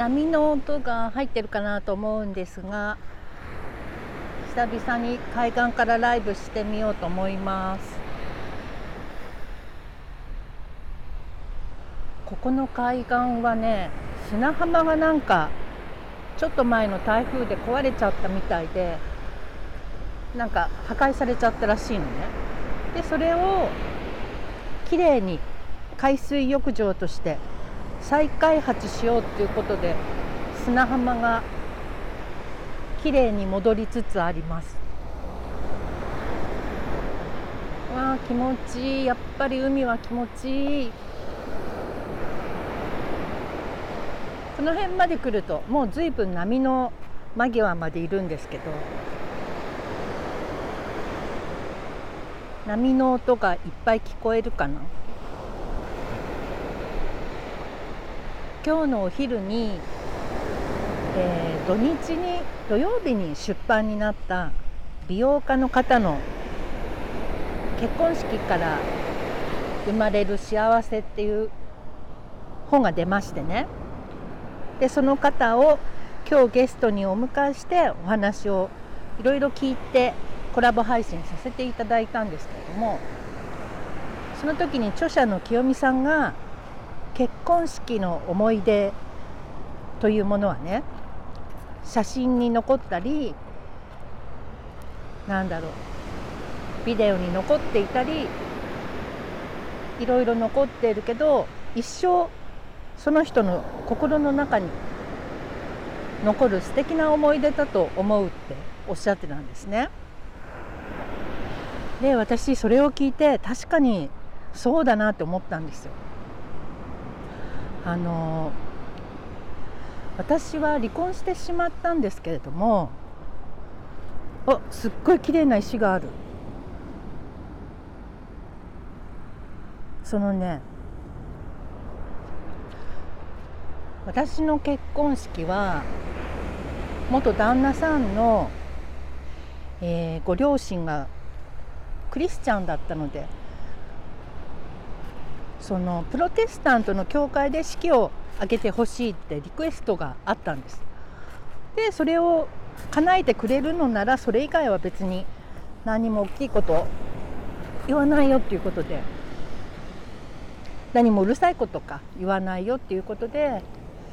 波の音が入ってるかなと思うんですが、久々に海岸からライブしてみようと思います。ここの海岸はね、砂浜がなんかちょっと前の台風で壊れちゃったみたいで、なんか破壊されちゃったらしいのね。でそれをきれいに海水浴場として再開発しようということで、砂浜がきれいに戻りつつあります。わあ、気持ちいい。やっぱり海は気持ちいい。この辺まで来るともうずいぶん波の間際までいるんですけど、波の音がいっぱい聞こえるかな。今日のお昼に、土曜日に出版になった美容家の方の結婚式から生まれる幸せっていう本が出ましてね。でその方を今日ゲストにお迎えしてお話をいろいろ聞いてコラボ配信させていただいたんですけれども、その時に著者の清美さんが結婚式の思い出というものはね、写真に残ったり、ビデオに残っていたり、いろいろ残っているけど、一生その人の心の中に残る素敵な思い出だと思うっておっしゃってたんですね。で私それを聞いて確かにそうだなって思ったんですよ。私は離婚してしまったんですけれども、すっごい綺麗な石がある。そのね、私の結婚式は元旦那さんの、ご両親がクリスチャンだったので、そのプロテスタントの教会で式を挙げてほしいってリクエストがあったんです。でそれを叶えてくれるのなら、それ以外は別に何も大きいこと言わないよっていうことで、何もうるさいことか言わないよっていうことで、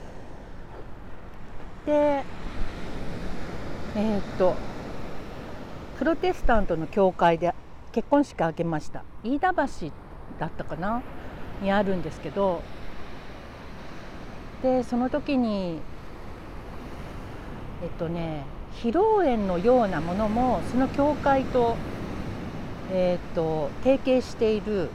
プロテスタントの教会で結婚式を挙げました。飯田橋だったかなにあるんですけど、でその時に披露宴のようなものもその教会と、提携している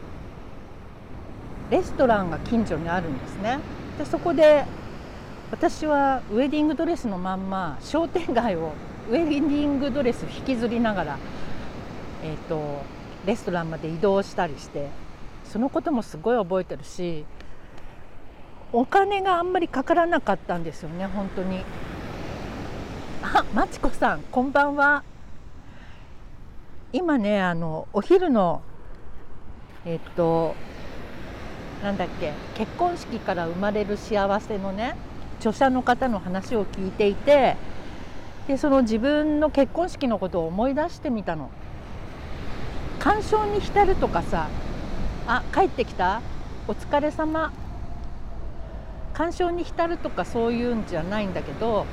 レストランが近所にあるんですね。でそこで私はウェディングドレスのまんま商店街をウェディングドレス引きずりながら、レストランまで移動したりして、そのこともすごい覚えてるし、お金があんまりかからなかったんですよね、本当に。まちこさんこんばんは。今ね、お昼の結婚式から生まれる幸せのね、著者の方の話を聞いていて、でその自分の結婚式のことを思い出してみたの。感傷に浸るとかさ、帰ってきた、お疲れ様。感傷に浸るとかそういうんじゃないんだけど、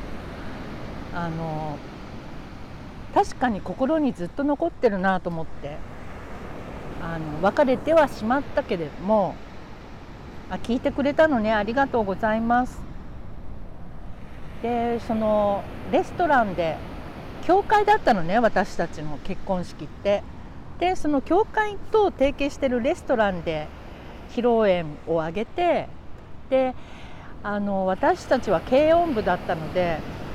確かに心にずっと残ってるなと思って、別れてはしまったけれども、聞いてくれたのね、ありがとうございます。でそのレストランで教会だったのね、私たちの結婚式って。でその教会と提携してるレストランで披露宴を挙げて、で私たちは軽音部だったので、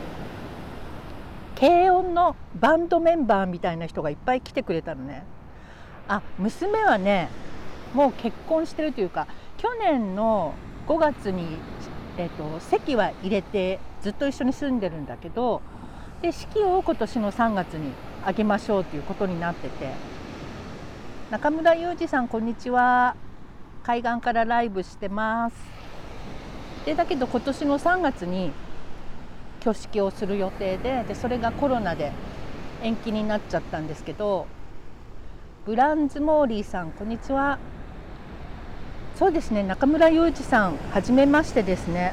軽音のバンドメンバーみたいな人がいっぱい来てくれたのね。娘はねもう結婚してるというか、去年の5月に、籍は入れてずっと一緒に住んでるんだけど、で式を今年の3月に挙げましょうということになってて、中村裕二さんこんにちは。海岸からライブしてます。 でだけど今年の3月に挙式をする予定で、それがコロナで延期になっちゃったんですけど、ブランズモーリーさん、こんにちは。そうですね、中村雄二さん、はじめましてですね。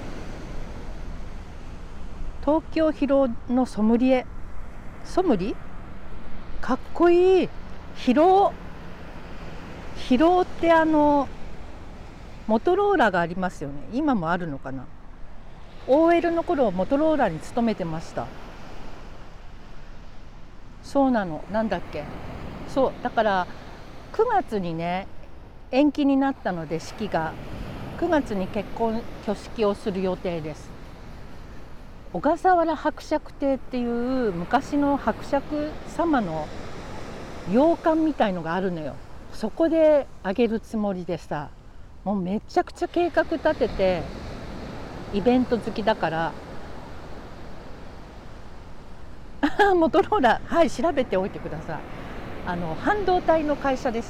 東京広尾のソムリエ、ソムリかっこいい。広尾ってモトローラがありますよね。今もあるのかな。 OL の頃モトローラに勤めてました。そうなの、なんだっけ、そうだから9月にね延期になったので、式が9月に挙式をする予定です。小笠原伯爵邸っていう昔の伯爵様の洋館みたいのがあるのよ。そこであげるつもりでさ、もうめちゃくちゃ計画立てて、イベント好きだからモトローラ、はい、調べておいてください。半導体の会社です。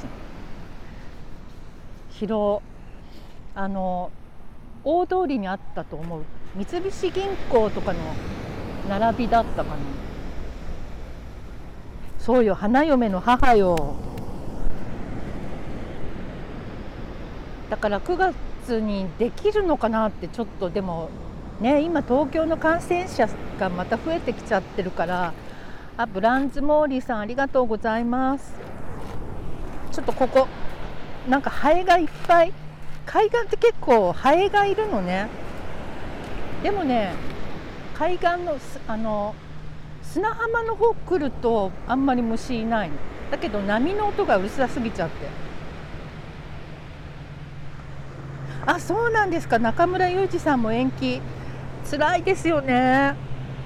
広尾、大通りにあったと思う。三菱銀行とかの並びだったかな。そうよ、花嫁の母よ。だから9月にできるのかなって、ちょっとでもね、今東京の感染者がまた増えてきちゃってるから。ブランズモーリーさん、ありがとうございます。ちょっとここなんかハエがいっぱい、海岸って結構ハエがいるのね。でもね、海岸の砂浜の方来るとあんまり虫いないの。だけど波の音がうるさすぎちゃって。そうなんですか。中村雄二さんも延期、辛いですよね。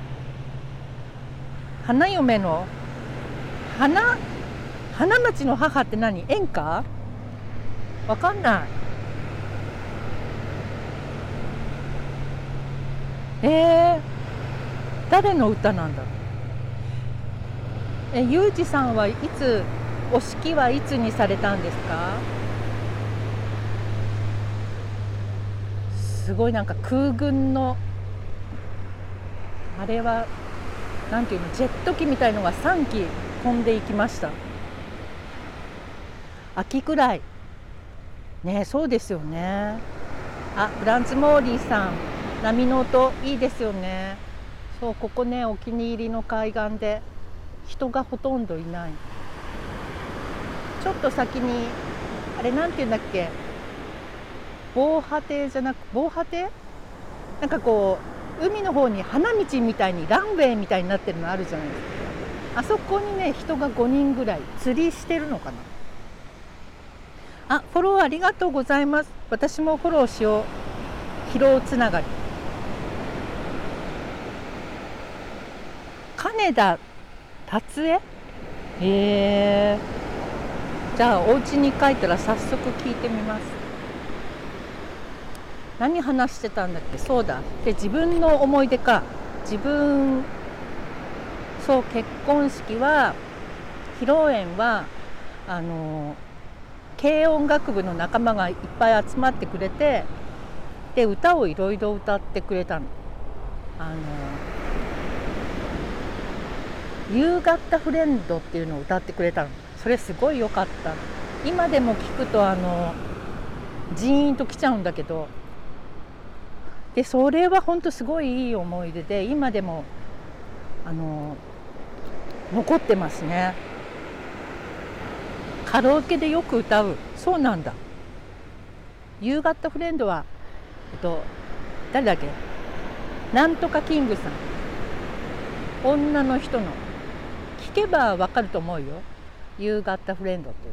花嫁の花町の母って何、演歌？わかんない。誰の歌なんだろう。雄二さんはいつ、お式はいつにされたんですか？すごい、なんか空軍のあれはなんていうの、ジェット機みたいのが3機飛んでいきました。秋くらいね。そうですよね。ブランズモーリーさん、波の音いいですよね。そう、ここね、お気に入りの海岸で人がほとんどいない。ちょっと先にあれなんていうんだっけ、防波堤じゃなく、防波堤、なんかこう海の方に花道みたいにランウェイみたいになってるのあるじゃないですか。あそこにね、人が5人ぐらい釣りしてるのかな。フォローありがとうございます。私もフォローしよう。広尾つながり。金田達江。じゃあお家に帰ったら早速聞いてみます。何話してたんだっけ。そうだ、で自分の思い出か。そう、結婚式は、披露宴は軽音楽部の仲間がいっぱい集まってくれて、で歌をいろいろ歌ってくれたの。夕方フレンドっていうのを歌ってくれたの。それすごい良かった。今でも聞くとジーンときちゃうんだけど、でそれは本当すごいいい思い出で、今でも残ってますね。カラオケでよく歌う。そうなんだ。夕方フレンドは誰だっけ、なんとかキングさん、女の人の、聞けばわかると思うよ。夕方フレンドっていう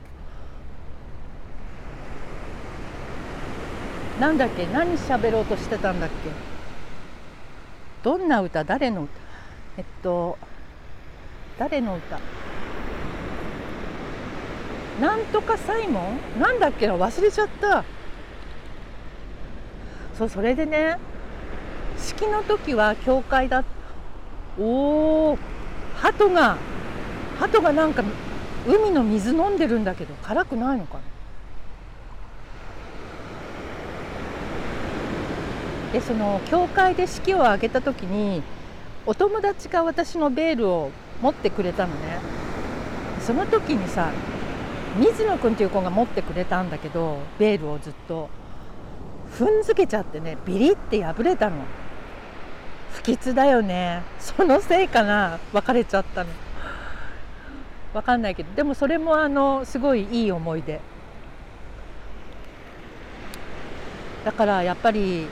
のなんだっけ。何喋ろうとしてたんだっけ。どんな歌、誰の歌、誰の歌、なんとかサイモンなんだっけな、忘れちゃった。そう、それでね、式の時は教会だ。鳩がなんか海の水飲んでるんだけど、辛くないのかな。 でその教会で式を挙げた時にお友達が私のベールを持ってくれたのね。その時にさ、水野くんっていう子が持ってくれたんだけど、ベールをずっと踏んづけちゃってね、ビリって破れたの。不吉だよね。そのせいかな、別れちゃったの。わかんないけど、でもそれもすごいいい思い出だから、やっぱり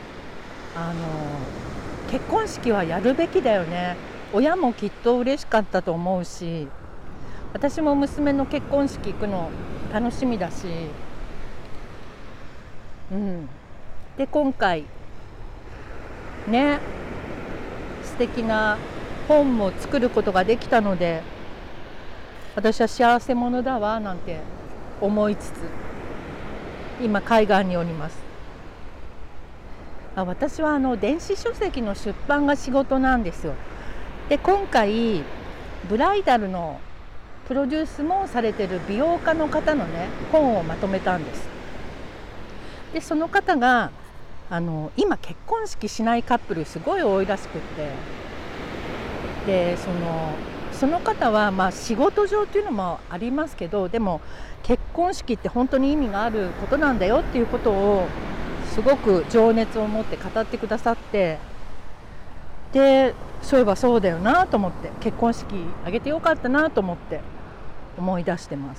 結婚式はやるべきだよね。親もきっと嬉しかったと思うし、私も娘の結婚式行くの楽しみだし、で今回ね、素敵な本も作ることができたので、私は幸せ者だわなんて思いつつ今海岸におります。私は電子書籍の出版が仕事なんですよ。で今回ブライダルのプロデュースもされてる美容家の方のね本をまとめたんです。でその方が今結婚式しないカップルすごい多いらしくって、でその方は仕事上っていうのもありますけど、でも結婚式って本当に意味があることなんだよっていうことをすごく情熱を持って語ってくださって、でそういえばそうだよなと思って、結婚式あげてよかったなと思って思い出してます。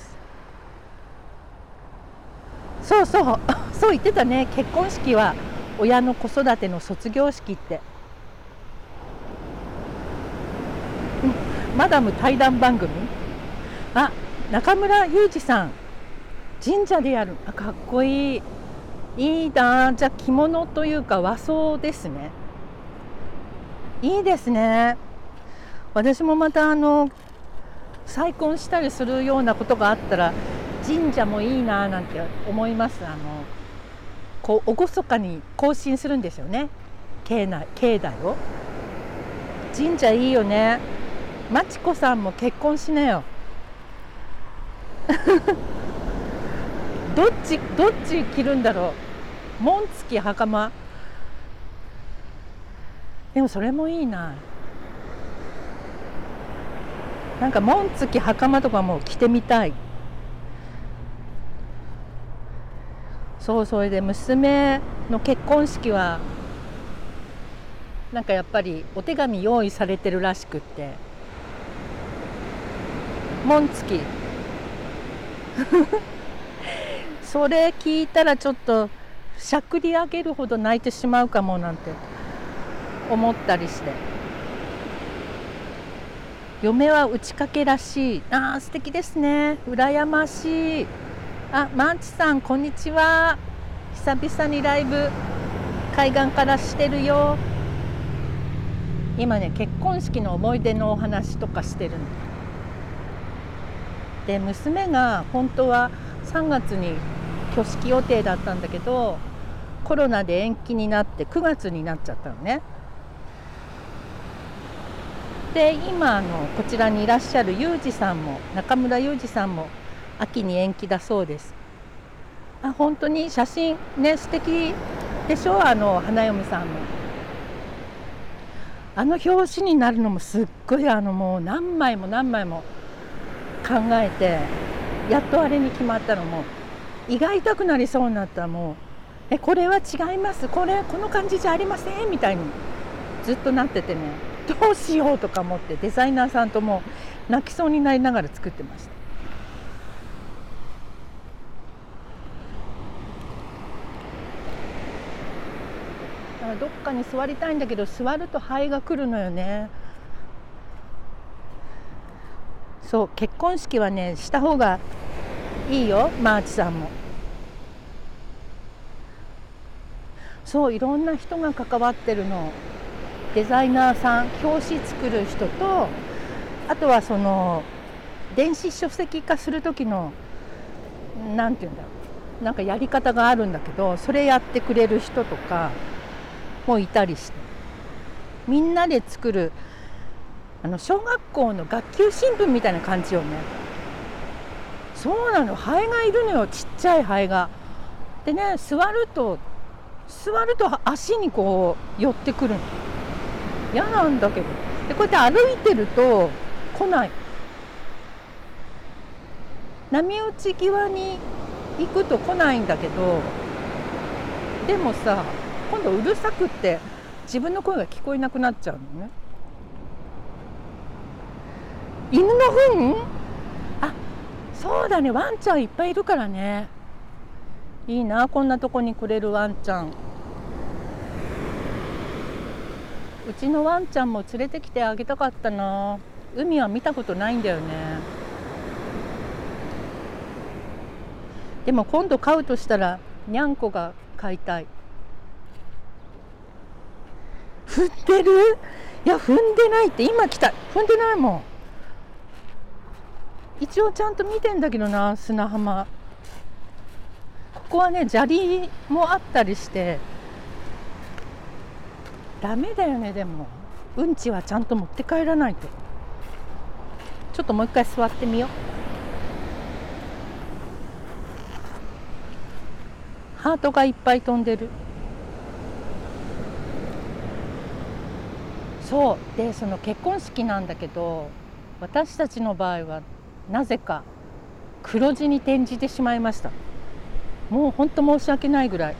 そうそうそう言ってたね。結婚式は親の子育ての卒業式って。マダム対談番組。中村雄二さん神社でやる。かっこいい。いいな。じゃあ着物というか和装ですね。いいですね。私もまた再婚したりするようなことがあったら神社もいいななんて思います。こう厳かに行進するんですよね、境内を。神社いいよね。まちこさんも結婚しなよどっち着るんだろう。紋付き袴。でもそれもいいな。なんか紋付き袴とかも着てみたい。そう、それで娘の結婚式はなんかやっぱりお手紙用意されてるらしくって、紋付きそれ聞いたらちょっとしゃくり上げるほど泣いてしまうかもなんて思ったりして。嫁は打ち掛けらしい。素敵ですね。羨ましい。マーチさんこんにちは。久々にライブ海岸からしてるよ。今ね結婚式の思い出のお話とかしてるので、娘が本当は3月に挙式予定だったんだけど、コロナで延期になって9月になっちゃったのね。で今こちらにいらっしゃる裕二さんも、中村裕二さんも秋に延期だそうです。本当に写真ね素敵でしょ。花嫁さんの表紙になるのもすっごいもう何枚も考えてやっとあれに決まったの。も胃が痛くなりそうになったら、もうこれは違います、この感じじゃありませんみたいにずっとなっててね、どうしようとか思ってデザイナーさんとも泣きそうになりながら作ってました。どっかに座りたいんだけど、座ると肺が来るのよね。そう、結婚式はねした方がいいよ。マーチさんもそう、いろんな人が関わってるの。デザイナーさん、表紙作る人と、あとは電子書籍化する時のなんていうんだろう、なんかやり方があるんだけど、それやってくれる人とかもいたりして、みんなで作る小学校の学級新聞みたいな感じよね。そうなの、ハエがいるのよ、ちっちゃいハエが。でね、座ると座ると足にこう寄ってくるの。嫌なんだけど。でこうやって歩いてると来ない。波打ち際に行くと来ないんだけど、でもさ、今度うるさくって自分の声が聞こえなくなっちゃうのね。犬の糞？あ、そうだね、ワンちゃんいっぱいいるからね。いいな、こんなとこにくれるワンちゃん。うちのワンちゃんも連れてきてあげたかったな。海は見たことないんだよね。でも今度飼うとしたらにゃんこが飼いたい。踏んでる？いや、踏んでないって。今来た。踏んでないもん。一応ちゃんと見てんだけどな、砂浜。ここはね、砂利もあったりしてダメだよね。でもうんちはちゃんと持って帰らないと。ちょっともう一回座ってみよう。ハートがいっぱい飛んでる。そうで、その結婚式なんだけど、私たちの場合はなぜか黒字に転じてしまいました。もう本当申し訳ないぐらい、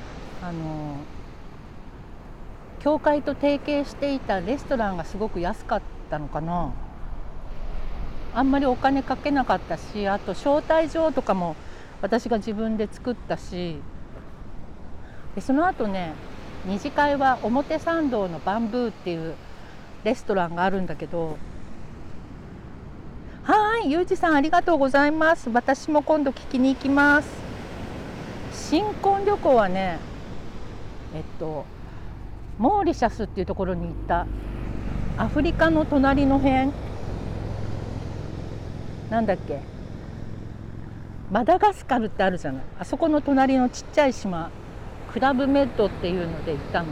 教会と提携していたレストランがすごく安かったのかな。あんまりお金かけなかったし、あと招待状とかも私が自分で作ったし、でその後ね、二次会は表参道のバンブーっていうレストランがあるんだけど、はい、ゆうじさんありがとうございます。私も今度聞きに行きます。新婚旅行はね、モーリシャスっていうところに行った。アフリカの隣の辺なんだっけ、マダガスカルってあるじゃない。あそこの隣のちっちゃい島、クラブメッドっていうので行ったの。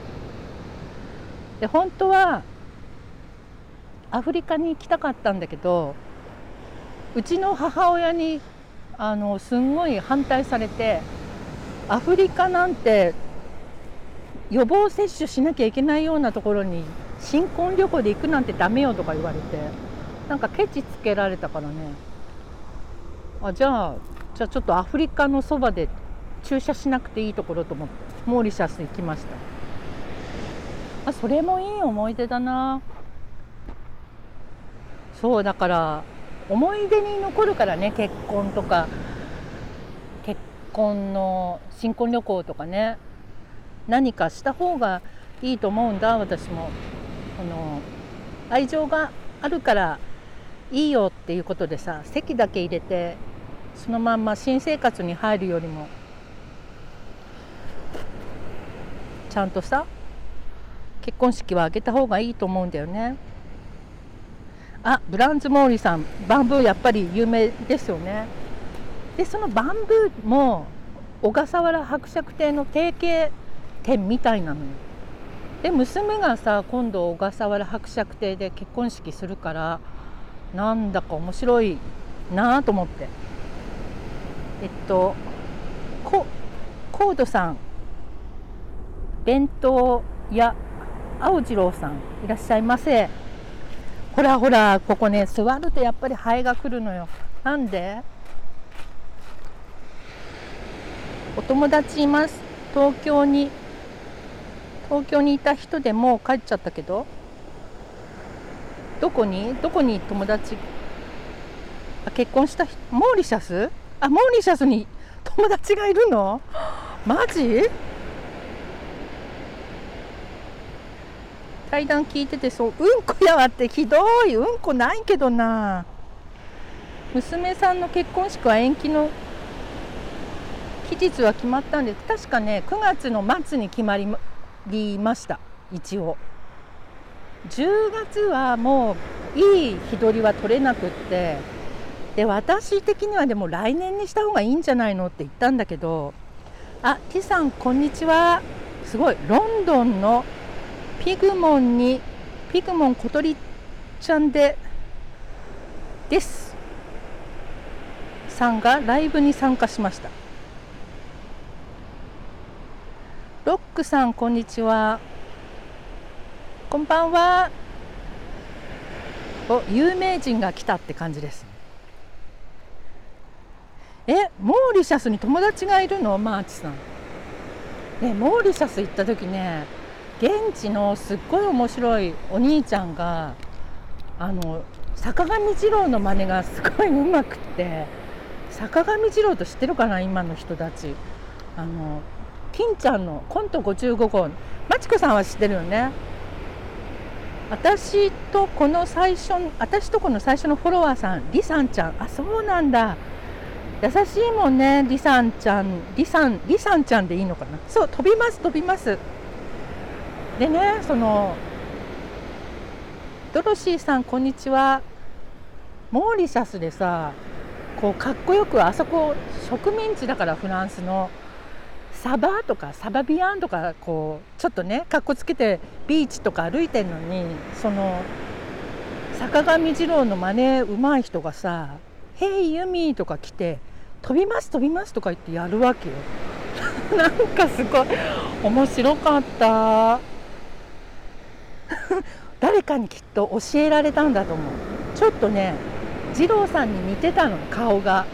で本当はアフリカに行きたかったんだけど、うちの母親にすんごい反対されて、アフリカなんて予防接種しなきゃいけないようなところに新婚旅行で行くなんてダメよとか言われて、なんかケチつけられたからね。じゃあちょっとアフリカのそばで駐車しなくていいところと思ってモーリシャス行きました。それもいい思い出だな。そうだから思い出に残るからね、結婚とか結婚の新婚旅行とかね、何かした方がいいと思うんだ。私も愛情があるからいいよっていうことでさ、籍だけ入れてそのまんま新生活に入るよりも、ちゃんとさ結婚式は挙げた方がいいと思うんだよね。ブランズ・モーリさん、バンブーやっぱり有名ですよね。でそのバンブーも小笠原伯爵邸の提携店みたいなのよ。で娘がさ今度小笠原伯爵邸で結婚式するから、なんだか面白いなと思って。コードさん、弁当屋青次郎さん、いらっしゃいませ。ほらほら、ここね、座るとやっぱりハエが来るのよ。なんで？お友達います。東京にいた人でもう帰っちゃったけど。どこに友達、結婚した人、モーリシャス？モーリシャスに友達がいるの？マジ？対談聞いてて、うんこやわってひどい。うんこないけどな。娘さんの結婚式は延期の期日は決まったんで、確かね9月の末に決まりました。一応10月はもういい日取りは取れなくって、で私的にはでも来年にした方がいいんじゃないのって言ったんだけど、T さんこんにちは。すごい、ロンドンのピグモン小鳥ちゃんですさんがライブに参加しました。 ロックさんこんにちは。こんばんは。お、有名人が来たって感じです。モーリシャスに友達がいるの？マーチさん。ね、モーリシャス行った時ね、現地のすっごい面白いお兄ちゃんが坂上二郎の真似がすごいうまくって、坂上二郎と知ってるかな、今の人たち。金ちゃんのコント55号、マチコさんは知ってるよね。私とこの最初のフォロワーさん、リサンちゃん。あ、そうなんだ。優しいもんね、リサンちゃんでいいのかな。そう、飛びますでね、ドロシーさんこんにちは。モーリシャスでさ、こうかっこよく、あそこ植民地だから、フランスのサバとかサバビアンとか、こうちょっとねかっこつけてビーチとか歩いてんのに、坂上二郎の真似うまい人がさ「ヘイユミ」とか来て「飛びますとか言ってやるわけよ。なんかすごい面白かった。誰かにきっと教えられたんだと思う。ちょっとね二郎さんに似てたの、顔が。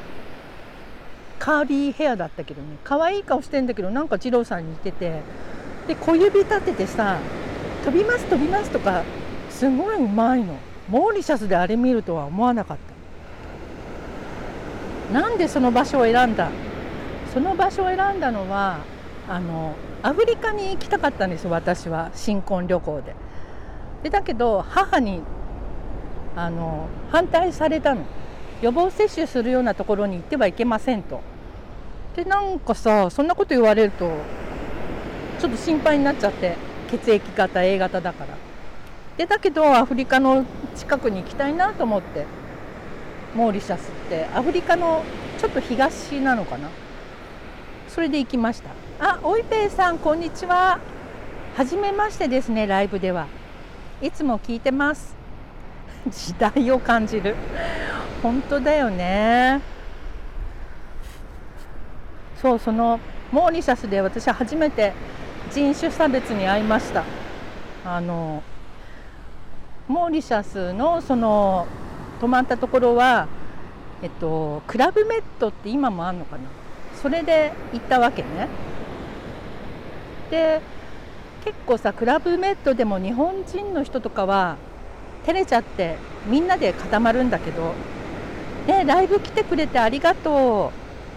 カーリーヘアだったけどね、可愛い顔してんだけど、なんか二郎さんに似てて、で小指立ててさ「飛びますとかすごいうまいの。モーリシャスであれ見るとは思わなかった。なんでその場所を選んだのは、アフリカに行きたかったんです、私は。新婚旅行でだけど母に反対されたの。予防接種するようなところに行ってはいけませんと。でなんかさ、そんなこと言われるとちょっと心配になっちゃって、血液型 A 型だから。でだけどアフリカの近くに行きたいなと思って。モーリシャスってアフリカのちょっと東なのかな。それで行きました。あ、おいぺいさんこんにちは。はじめましてですね。ライブではいつも聞いてます。時代を感じる。本当だよね。そう、そのモーリシャスで私は初めて人種差別に遭いました。モーリシャスの泊まったところは、クラブメットって今もあるのかな。それで行ったわけね。で結構さ、クラブメットでも日本人の人とかは照れちゃってみんなで固まるんだけど、ライブ来てくれてありがと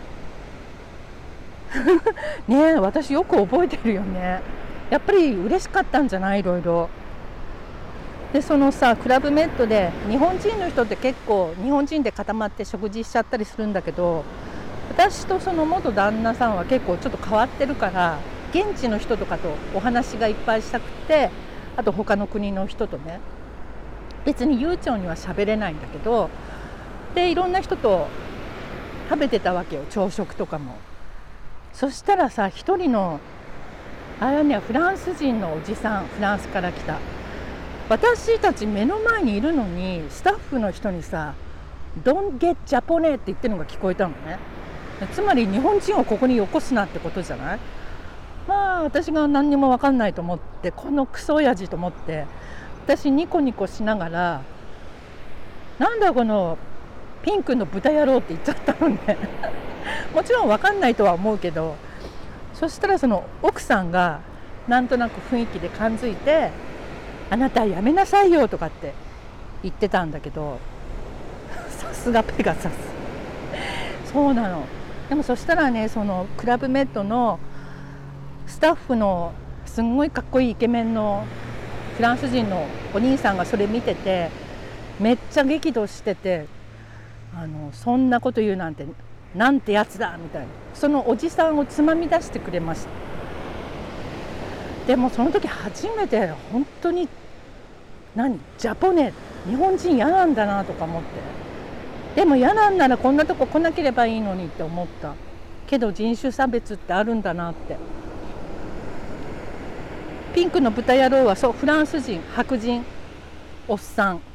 う。ねえ、私よく覚えてるよね。やっぱり嬉しかったんじゃない？いろいろ。でそのさ、クラブメットで日本人の人って結構日本人で固まって食事しちゃったりするんだけど、私とその元旦那さんは結構ちょっと変わってるから、現地の人とかとお話がいっぱいしたくて、あと他の国の人とね、別に悠長には喋れないんだけど、でいろんな人と食べてたわけよ、朝食とかも。そしたらさ、一人のあれはね、フランス人のおじさん、フランスから来た。私たち目の前にいるのにスタッフの人にさ「Don't get Japanese」って言ってるのが聞こえたのね。つまり日本人をここによこすなってことじゃない。まあ私が何にも分かんないと思って、このクソ親父と思って、私ニコニコしながら「なんだこのピンクの豚野郎」って言っちゃったのね。もちろん分かんないとは思うけど、そしたらその奥さんがなんとなく雰囲気で感づいて「あなたやめなさいよ」とかって言ってたんだけど、さすがペガサス。そうなの。でもそしたらね、そのクラブメットのスタッフのすんごいかっこいいイケメンのフランス人のお兄さんがそれ見てて、めっちゃ激怒してて、そんなこと言うなんてなんてやつだみたいな、そのおじさんをつまみ出してくれました。でもその時初めて本当にジャポネ、日本人嫌なんだなとか思って、でも嫌なんならこんなとこ来なければいいのにって思ったけど、人種差別ってあるんだなって。ピンクの豚野郎はそう、フランス人、白人おっさん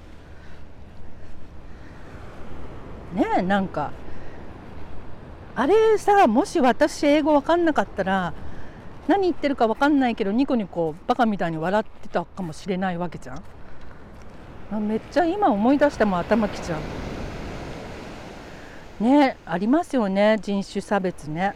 ね。え、なんかあれさ、もし私英語分かんなかったら何言ってるか分かんないけどニコニコバカみたいに笑ってたかもしれないわけじゃん。めっちゃ今思い出しても頭きちゃうね。ありますよね、人種差別ね。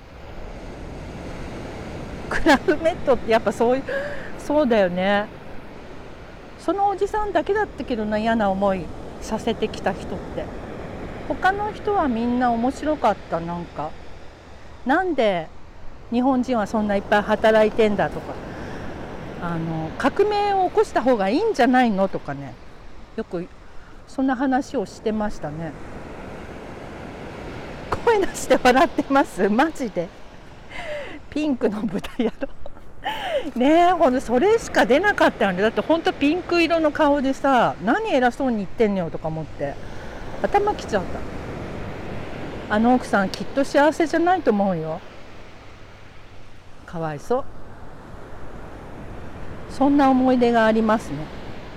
クラブメットってやっぱそうだよね。そのおじさんだけだったけどな、嫌な思いさせてきた人って。他の人はみんな面白かった。なんで日本人はそんないっぱい働いてんだとか、革命を起こした方がいいんじゃないのとかね、よくそんな話をしてましたね。声出して笑ってます、マジで。ピンクの豚野郎ねえ、ほんとそれしか出なかったよね。だってほんとピンク色の顔でさ、何偉そうに言ってんのよとか思って頭きちゃった。あの奥さんきっと幸せじゃないと思うよ。かわいそう。そんな思い出がありますね。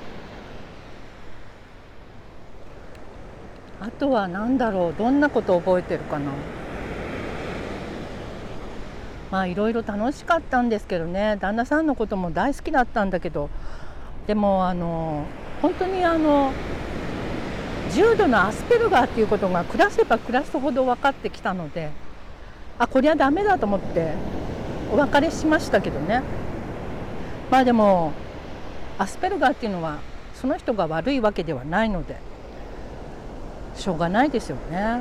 あとは何だろう、どんなこと覚えてるかな。まあいろいろ楽しかったんですけどね。旦那さんのことも大好きだったんだけど、でも本当に重度のアスペルガーっていうことが暮らせば暮らすほど分かってきたので、こりゃダメだと思ってお別れしましたけどね。まあでもアスペルガーっていうのはその人が悪いわけではないのでしょうがないですよね。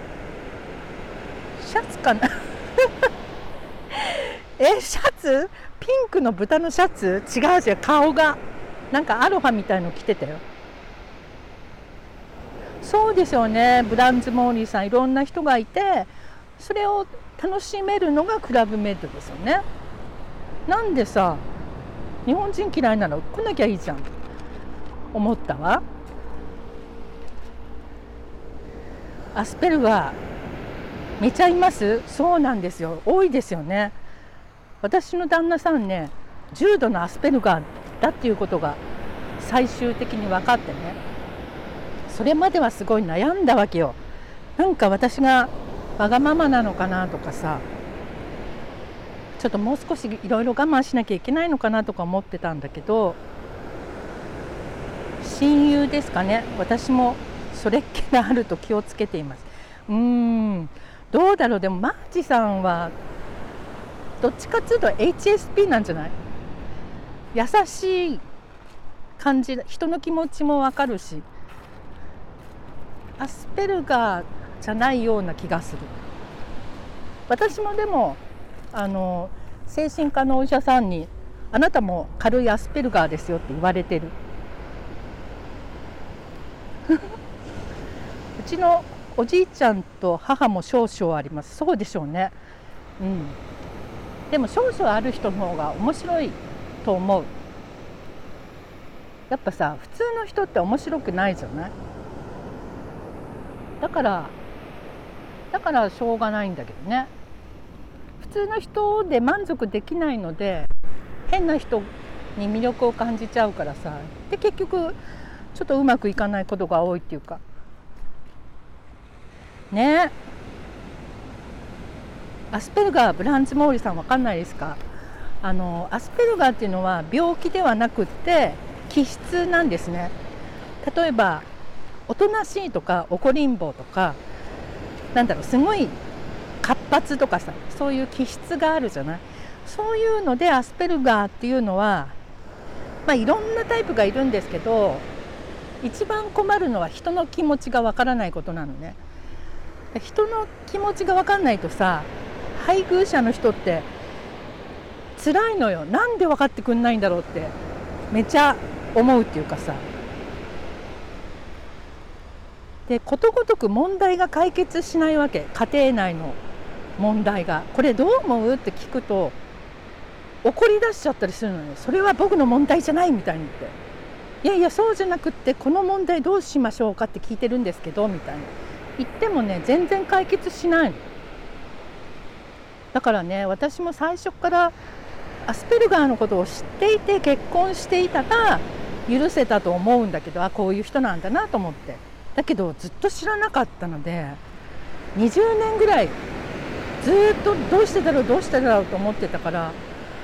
シャツかなシャツ、ピンクの豚のシャツ、違う顔がなんかアロハみたいの着てたよ。そうですよね。ブランズ・モーリーさん、いろんな人がいて、それを楽しめるのがクラブメイトですよね。なんでさ、日本人嫌いなの来なきゃいいじゃん思ったわ。アスペルガー見ちゃいます。そうなんですよ、多いですよね。私の旦那さんね、重度のアスペルガーだっていうことが最終的に分かってね、それまではすごい悩んだわけよ。なんか私がわがままなのかなとかさ、ちょっともう少しいろいろ我慢しなきゃいけないのかなとか思ってたんだけど、親友ですかね、私もそれっ気があると気をつけています。どうだろう。でもマーチさんはどっちかっていうと HSP なんじゃない？優しい感じ、人の気持ちもわかるし、アスペルガーじゃないような気がする。私もでも精神科のお医者さんにあなたも軽いアスペルガーですよって言われてるうちのおじいちゃんと母も少々あります。そうでしょうね。でも少々ある人の方が面白いと思う。やっぱさ、普通の人って面白くないじゃない。だからしょうがないんだけどね。普通の人で満足できないので変な人に魅力を感じちゃうからさ、で結局ちょっとうまくいかないことが多いっていうかね。アスペルガー、ブランズ・モーリさん分かんないですか？アスペルガーっていうのは病気ではなくって気質なんですね。例えばおとなしいとか怒りん坊とか、すごい活発とかさ、そういう気質があるじゃない。そういうのでアスペルガーっていうのは、いろんなタイプがいるんですけど、一番困るのは人の気持ちがわからないことなのね。人の気持ちがわかんないとさ、配偶者の人って辛いのよ。なんで分かってくんないんだろうってめちゃ思うっていうかさ、でことごとく問題が解決しないわけ。家庭内の問題が、これどう思うって聞くと怒り出しちゃったりするのよ。それは僕の問題じゃないみたいに言って、いやいやそうじゃなくって、この問題どうしましょうかって聞いてるんですけどみたいな言ってもね、全然解決しないの。だからね、私も最初からアスペルガーのことを知っていて結婚していたら許せたと思うんだけど、こういう人なんだなと思って。だけどずっと知らなかったので、20年ぐらいずっとどうしてだろうと思ってたから、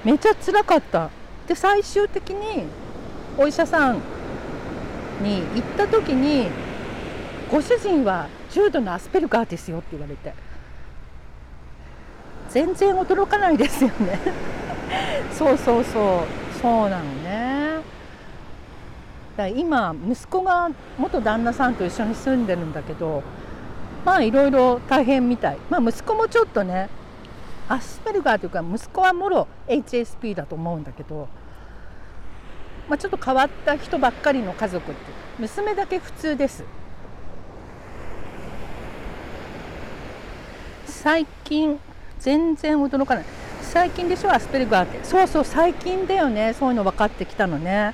めちゃ辛かった。で最終的にお医者さんに行った時に、ご主人は重度のアスペルガーですよって言われて、全然驚かないですよねそうそうそう、そうなのね。だから今息子が元旦那さんと一緒に住んでるんだけど、まあいろいろ大変みたい。まあ息子もちょっとねアスペルガーというか、息子はもろ HSP だと思うんだけど、まあ、ちょっと変わった人ばっかりの家族って、娘だけ普通です。最近全然驚かない。最近でしょアスペルガーって。そうそう、最近だよね、そういうの分かってきたのね。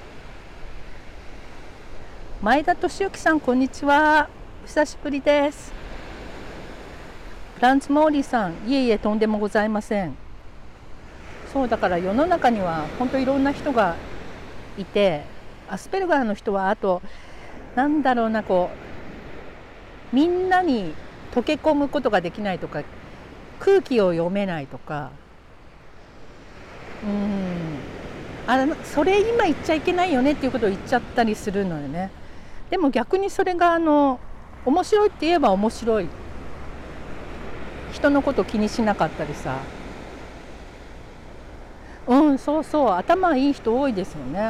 前田俊之さん、こんにちは、久しぶりです。フランツ・モーリーさん、いえいえとんでもございません。そうだから世の中には本当いろんな人がいて、アスペルガーの人はあとなんだろうな、こうみんなに溶け込むことができないとか、空気を読めないとか、それ今言っちゃいけないよねっていうことを言っちゃったりするのよね。でも逆にそれが面白いって言えば面白い。人のこと気にしなかったりさ、そうそう、頭いい人多いですよね。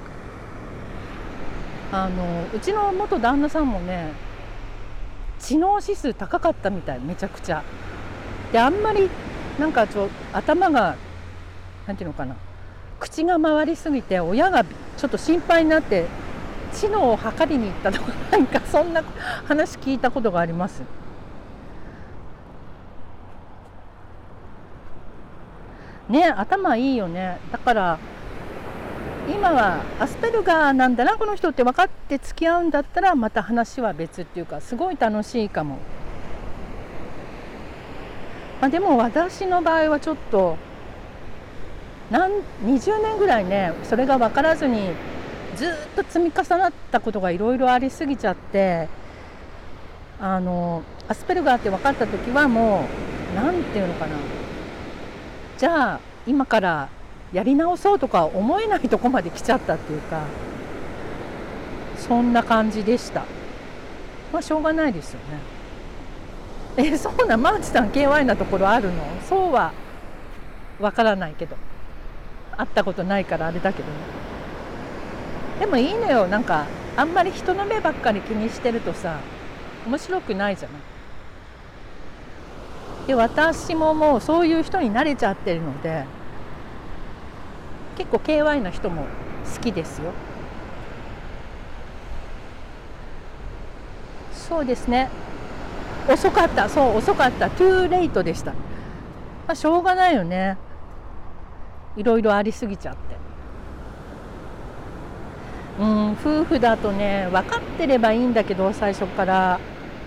うちの元旦那さんもね、知能指数高かったみたい、めちゃくちゃ。であんまりなんか頭がなんていうのかな、口が回りすぎて親がちょっと心配になって知能を測りに行ったとか、なんかそんな話聞いたことがあります。ね、頭いいよね。だから今はアスペルガーなんだなこの人って分かって付き合うんだったら、また話は別っていうか、すごい楽しいかも。でも私の場合はちょっと20年ぐらいね、それが分からずにずっと積み重なったことがいろいろありすぎちゃって、アスペルガーって分かった時はもうなんていうのかな、じゃあ今からやり直そうとか思えないとこまで来ちゃったっていうか、そんな感じでした。まあしょうがないですよね。そうな、マーチさん KY なところあるの？そうはわからないけど、会ったことないからあれだけどね。でもいいのよ、なんかあんまり人の目ばっかり気にしてるとさ、面白くないじゃない。で私ももうそういう人に慣れちゃってるので、結構 KY の人も好きですよ。そうですね、遅かった、そう遅かった、トゥーレイトでした。まあしょうがないよね、いろいろありすぎちゃって。夫婦だとね、分かってればいいんだけど、最初から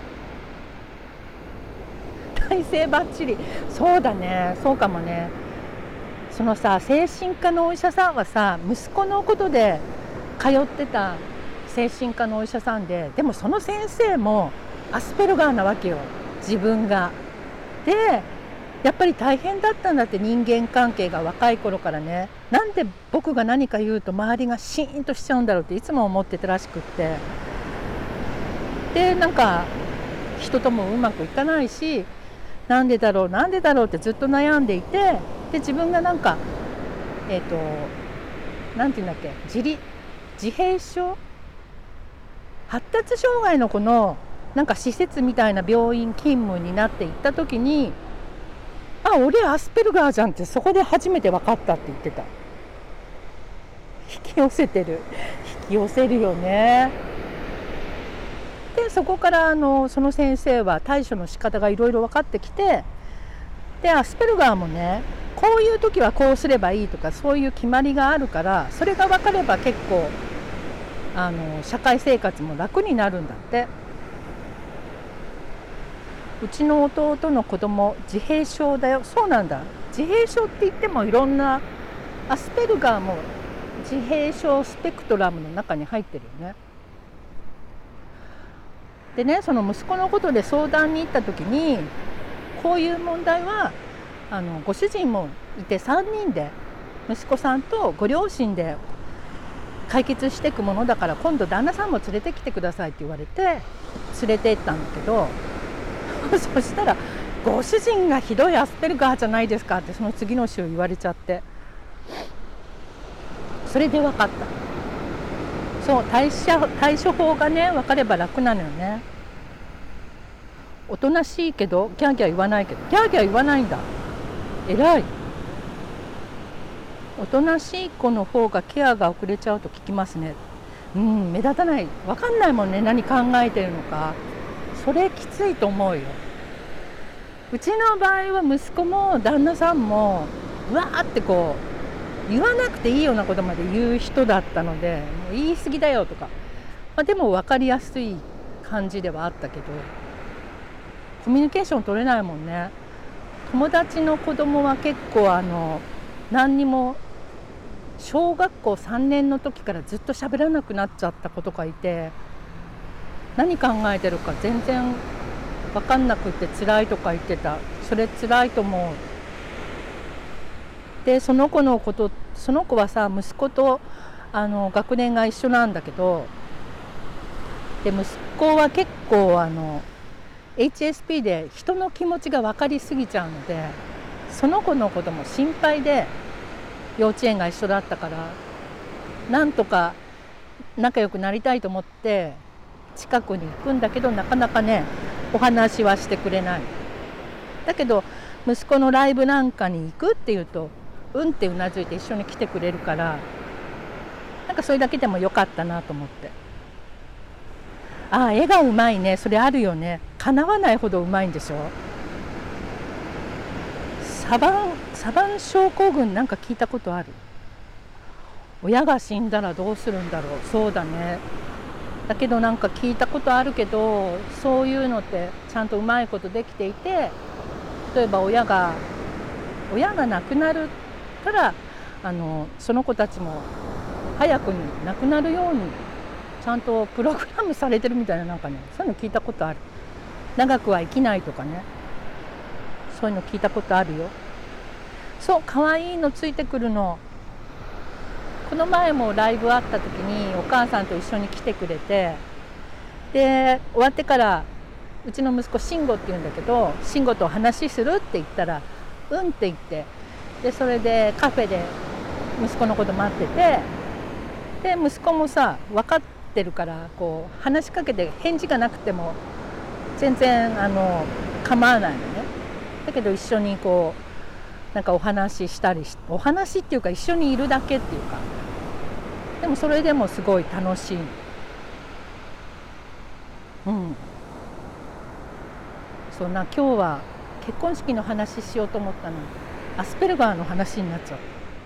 体勢ばっちり。そうだね、そうかもね。そのさ、精神科のお医者さんはさ、息子のことで通ってた精神科のお医者さんで、でもその先生もアスペルガーなわけよ、自分が。でやっぱり大変だったんだって、人間関係が若い頃からね。なんで僕が何か言うと周りがシーンとしちゃうんだろうっていつも思ってたらしくって、でなんか人ともうまくいかないし、なんでだろうなんでだろうってずっと悩んでいて、で自分がなんかなんていうんだっけ、自閉症、発達障害の子のなんか施設みたいな病院勤務になっていった時に、あ、俺アスペルガーじゃんって、そこで初めて分かったって言ってた。引き寄せてる、引き寄せるよね。でそこからその先生は対処の仕方がいろいろ分かってきて、でアスペルガーもね、こういう時はこうすればいいとか、そういう決まりがあるから、それが分かれば結構社会生活も楽になるんだって。うちの弟の子供自閉症だよ。そうなんだ、自閉症って言ってもいろんな、アスペルガーも自閉症スペクトラムの中に入ってるよね。でね、その息子のことで相談に行った時に、こういう問題はご主人もいて3人で息子さんとご両親で解決していくものだから、今度旦那さんも連れてきてくださいって言われて連れて行ったんだけどそしたらご主人がひどいアスペルガーじゃないですかってその次の週言われちゃって、それで分かった。そう、対処法がね分かれば楽なのよね。おとなしいけどギャーギャー言わないけど、ギャーギャー言わないんだ、偉い。おとなしい子の方がケアが遅れちゃうと聞きますね。目立たない、分かんないもんね、何考えてるのか。それきついと思うよ。うちの場合は息子も旦那さんもうわーってこう言わなくていいようなことまで言う人だったので、もう言い過ぎだよとか、でも分かりやすい感じではあったけど、コミュニケーション取れないもんね。友達の子供は結構何にも小学校3年の時からずっと喋らなくなっちゃった子とかいて、何考えてるか全然分かんなくて辛いとか言ってた。それ辛いと思う。でその子はさ、息子と学年が一緒なんだけど、で息子は結構HSP で人の気持ちが分かりすぎちゃうので、その子のことも心配で、幼稚園が一緒だったからなんとか仲良くなりたいと思って近くに行くんだけど、なかなかねお話はしてくれない。だけど息子のライブなんかに行くっていうとうんってうなずいて一緒に来てくれるから、なんかそれだけでもよかったなと思って。絵がうまいね、それあるよね。叶わないほどうまいんでしょ。サバン症候群なんか聞いたことある？親が死んだらどうするんだろう。そうだね。だけどなんか聞いたことあるけど、そういうのってちゃんとうまいことできていて、例えば親が亡くなるからその子たちも早くに亡くなるようにちゃんとプログラムされてるみたいな、なんかねそういうの聞いたことある。長くは生きないとかね、そういうの聞いたことあるよ。そう、可愛いのついてくるの。この前もライブあった時にお母さんと一緒に来てくれて、で終わってからうちの息子慎吾って言うんだけど、慎吾と話するって言ったらうんって言って、でそれでカフェで息子のこと待ってて、で息子もさ分かってるからこう話しかけて返事がなくても全然構わないのね。だけど一緒にこうなんかお話ししたりし、お話っていうか一緒にいるだけっていうか、でもそれでもすごい楽しい。そんな今日は結婚式の話しようと思ったのにアスペルガーの話になっちゃった。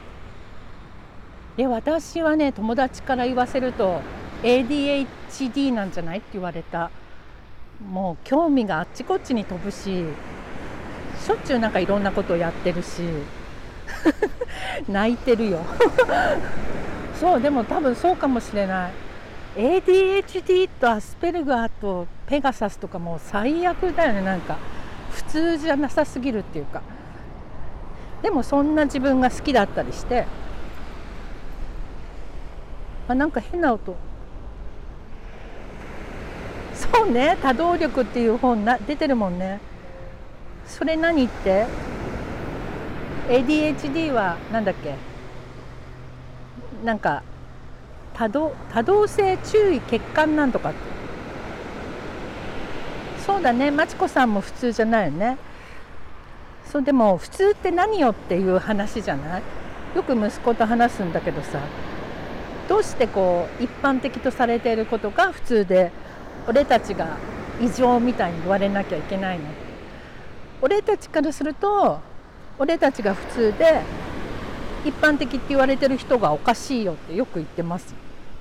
で私はね、友達から言わせると ADHD なんじゃないって言われた。もう興味があっちこっちに飛ぶし、しょっちゅうなんかいろんなことをやってるし泣いてるよそう、でも多分そうかもしれない。 ADHD とアスペルガーとペガサスとかもう最悪だよね。なんか普通じゃなさすぎるっていうか、でもそんな自分が好きだったりして、なんか変な音。そうね、多動力っていう本出てるもんね。それ何って ADHD はなんだっけ、なんか多動性注意欠陥なんとかって。そうだね、まちこさんも普通じゃないよね。そう、でも普通って何よっていう話じゃない。よく息子と話すんだけどさ、どうしてこう一般的とされていることが普通で、俺たちが異常みたいに言われなきゃいけないのって。俺たちからすると俺たちが普通で一般的って言われてる人がおかしいよってよく言ってます。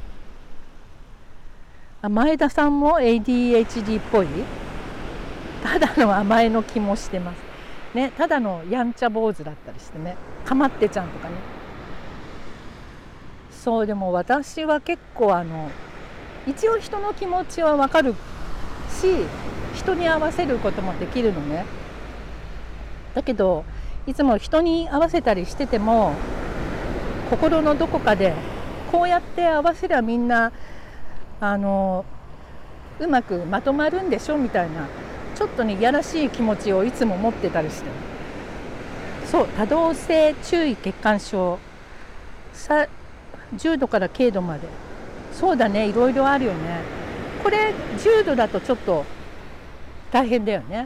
前田さんも ADHD っぽい。ただの甘えの気もしてますね。ただのやんちゃ坊主だったりしてね、かまってちゃんとかね。そう、でも私は結構一応人の気持ちは分かるし、人に合わせることもできるのね。だけどいつも人に合わせたりしてても心のどこかでこうやって合わせりゃみんなうまくまとまるんでしょみたいな、ちょっとねいやらしい気持ちをいつも持ってたりして、そう、多動性注意欠陥症、重度から軽度まで、そうだね、いろいろあるよね。これ重度だとちょっと大変だよね。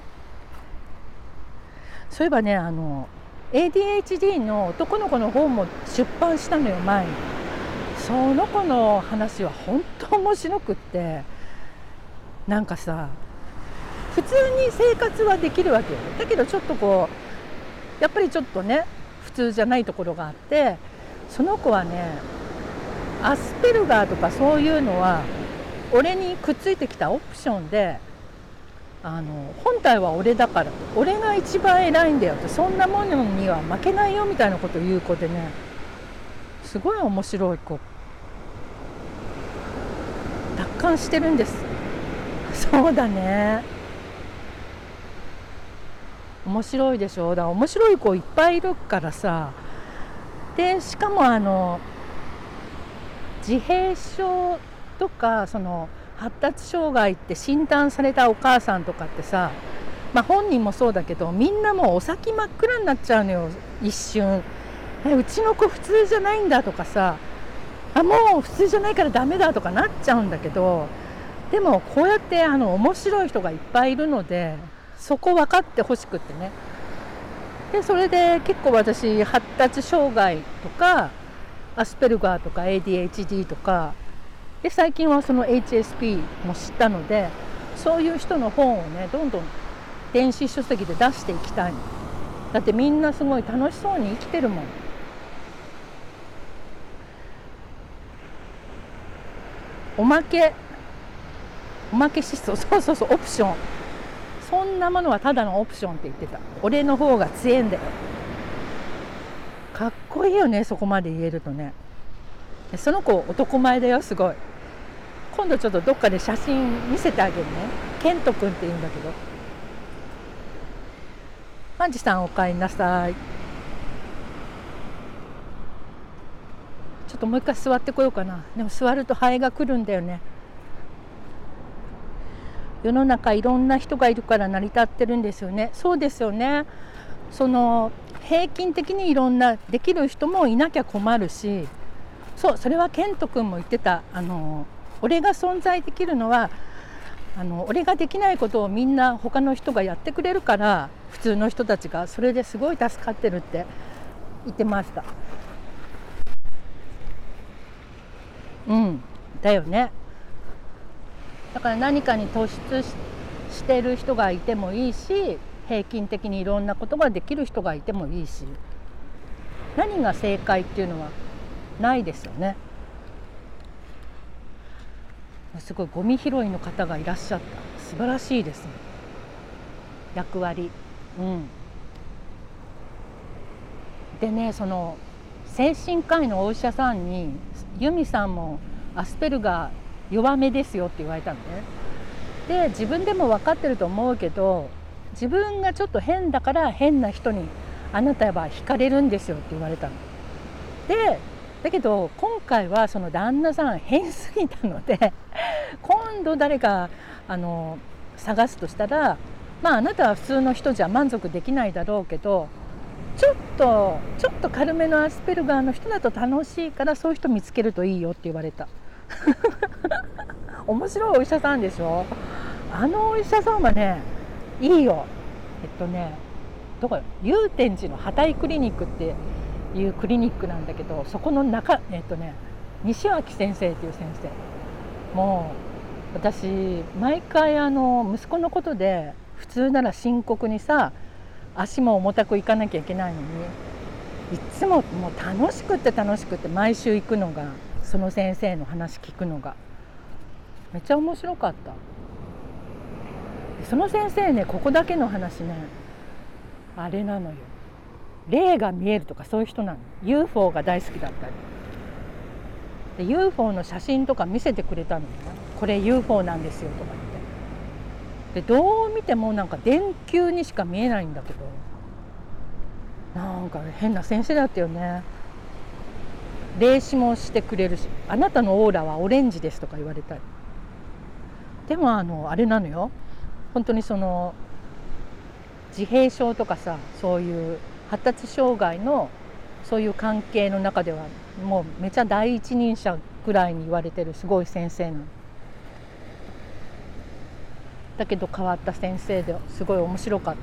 そういえばね、ADHD の男の子の本も出版したのよ、前に。その子の話は本当面白くって、なんかさ、普通に生活はできるわけよ。だけどちょっとこうやっぱりちょっとね普通じゃないところがあって、その子はねアスペルガーとかそういうのは俺にくっついてきたオプションで、本体は俺だからと、俺が一番偉いんだよと、そんなものには負けないよみたいなことを言う子でね、すごい面白い子、達観してるんです。そうだね、面白いでしょ。だから面白い子いっぱいいるからさ。でしかも自閉症とかその発達障害って診断されたお母さんとかってさ、本人もそうだけどみんなもうお先真っ暗になっちゃうのよ、一瞬。うちの子普通じゃないんだとかさ、もう普通じゃないからダメだとかなっちゃうんだけど、でもこうやって面白い人がいっぱいいるので、そこ分かってほしくってね。でそれで結構私発達障害とかアスペルガーとか ADHD とかで、最近はその HSP も知ったので、そういう人の本をねどんどん電子書籍で出していきたいの。だってみんなすごい楽しそうに生きてるもん。おまけ指数、そうオプション、そんなものはただのオプションって言ってた。俺の方が強えんだよ。かっこいいよね、そこまで言えるとね。その子男前だよ、すごい。今度ちょっとどっかで写真見せてあげるね。ケント君って言うんだけど。マンジさんお帰りなさい。ちょっともう一回座ってこようかな。でも座るとハエが来るんだよね。世の中いろんな人がいるから成り立ってるんですよね。そうですよね。その平均的にいろんなできる人もいなきゃ困るし、それはケント君も言ってた。俺が存在できるのは俺ができないことをみんな他の人がやってくれるから、普通の人たちがそれですごい助かってるって言ってました。だよね。だから何かに突出してる人がいてもいいし、平均的にいろんなことができる人がいてもいいし、何が正解っていうのはないですよね。すごいゴミ拾いの方がいらっしゃった。素晴らしいですね、役割。でね、その精神科医のお医者さんに由美さんもアスペルガー弱めですよって言われたのね。で自分でも分かってると思うけど、自分がちょっと変だから変な人にあなたは惹かれるんですよって言われたので、だけど今回はその旦那さん変すぎたので今度誰か探すとしたら、あなたは普通の人じゃ満足できないだろうけど、ちょっと軽めのアスペルガーの人だと楽しいから、そういう人見つけるといいよって言われた。面白いお医者さんでしょ。お医者さんはねいいよ。どこ祐天寺のハタイクリニックっていうクリニックなんだけど、そこの中西脇先生っていう先生、もう私毎回息子のことで普通なら深刻にさ、足も重たく行かなきゃいけないのに、いつももう楽しくって毎週行くのが、その先生の話聞くのがめっちゃ面白かった。その先生ね、ここだけの話ね、あれなのよ、霊が見えるとかそういう人なの。 UFO が大好きだったりで、 UFO の写真とか見せてくれたのね。これ UFO なんですよとか言って、でどう見てもなんか電球にしか見えないんだけど、なんか変な先生だったよね。 霊視もしてくれるし、あなたのオーラはオレンジですとか言われたり。でもあれなのよ、本当にその自閉症とかさ、そういう発達障害のそういう関係の中ではもうめちゃ第一人者ぐらいに言われてるすごい先生なの。だけど変わった先生ですごい面白かった。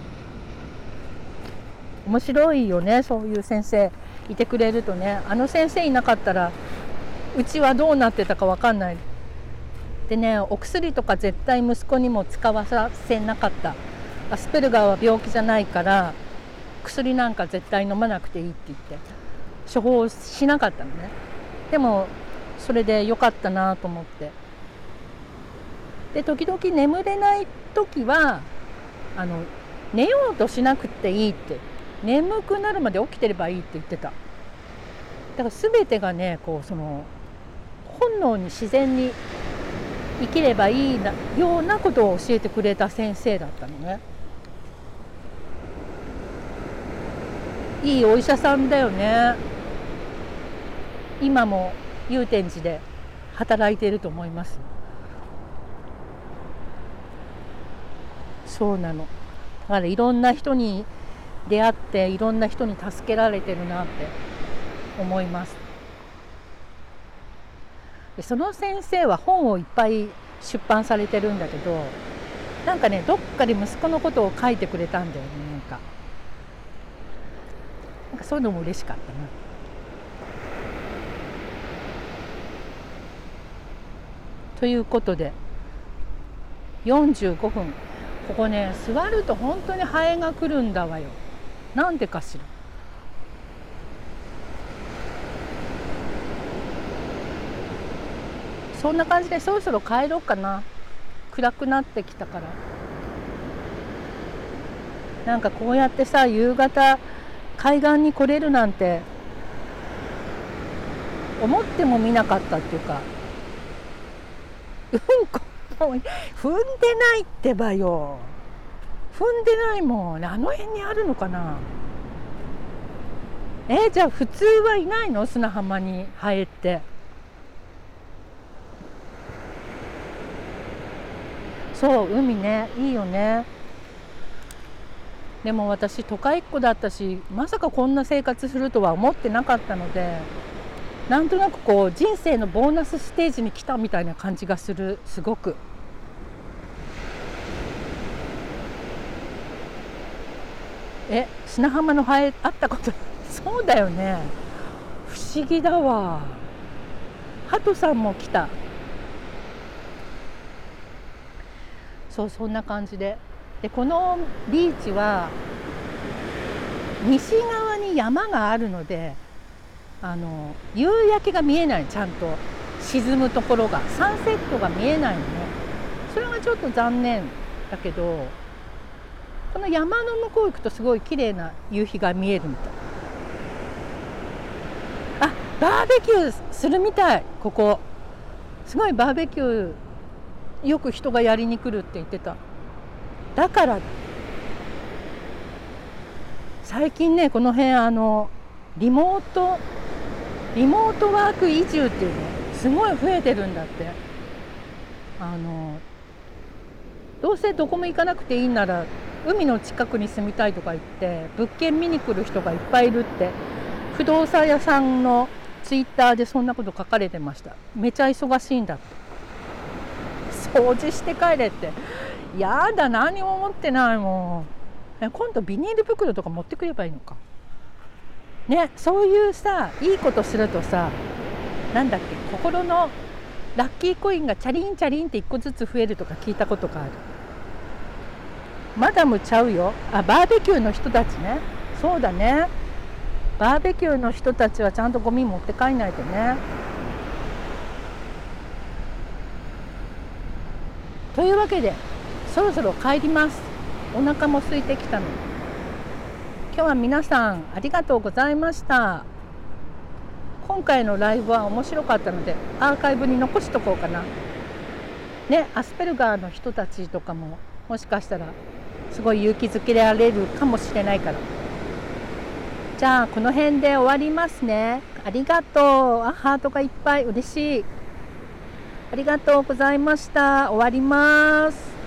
面白いよね、そういう先生いてくれるとね。あの先生いなかったらうちはどうなってたか分かんない。でね、お薬とか絶対息子にも使わせなかった。アスペルガーは病気じゃないから薬なんか絶対飲まなくていいって言って処方しなかったのね。でもそれで良かったなと思って。で時々眠れない時は寝ようとしなくていいって、眠くなるまで起きてればいいって言ってた。だから全てがね、こうその本能に自然に生きればいいようなことを教えてくれた先生だったのね。いいお医者さんだよね。今も祐天寺で働いていると思います。そうなの。だからいろんな人に出会っていろんな人に助けられてるなって思います。でその先生は本をいっぱい出版されてるんだけど、なんかね、どっかで息子のことを書いてくれたんだよね。なんかそういうのも嬉しかったな。ということで45分。ここね、座ると本当にハエが来るんだわよ。なんでかしら。そんな感じでそろそろ帰ろうかな。暗くなってきたから。なんかこうやってさ、夕方海岸に来れるなんて思ってもみなかったっていうか、うんこも踏んでないってばよ。踏んでないもん。あの辺にあるのかな。じゃあ普通はいないの、砂浜にハエって。そう、海ね、いいよね。でも私都会っ子だったし、まさかこんな生活するとは思ってなかったので、なんとなくこう人生のボーナスステージに来たみたいな感じがする。すごく。砂浜のハエ会ったことそうだよね。不思議だわ。ハトさんも来た。そう、そんな感じで。でこのビーチは西側に山があるので、夕焼けが見えない。ちゃんと沈むところが、サンセットが見えないのね。それがちょっと残念だけど、この山の向こう行くとすごい綺麗な夕日が見えるみたい。あ、バーベキューするみたい。ここすごいバーベキューよく人がやりに来るって言ってた。だから最近ね、この辺リモートワーク移住っていうのすごい増えてるんだって。どうせどこも行かなくていいなら海の近くに住みたいとか言って物件見に来る人がいっぱいいるって、不動産屋さんのツイッターでそんなこと書かれてました。めちゃ忙しいんだって。掃除して帰れって。やだ、何も持ってないもん。今度ビニール袋とか持ってくればいいのかね。そういうさ、いいことするとさ、なんだっけ、心のラッキーコインがチャリンチャリンって1個ずつ増えるとか聞いたことがある。マダムちゃうよ。バーベキューの人たちね。そうだね、バーベキューの人たちはちゃんとゴミ持って帰んないとね。というわけでそろそろ帰ります。お腹も空いてきたので。今日は皆さんありがとうございました。今回のライブは面白かったのでアーカイブに残しとこうかなね。アスペルガーの人たちとかももしかしたらすごい勇気づけられるかもしれないから。じゃあこの辺で終わりますね。 ありがとう。あ、ハートがいっぱい。嬉しい。ありがとうございました。終わります。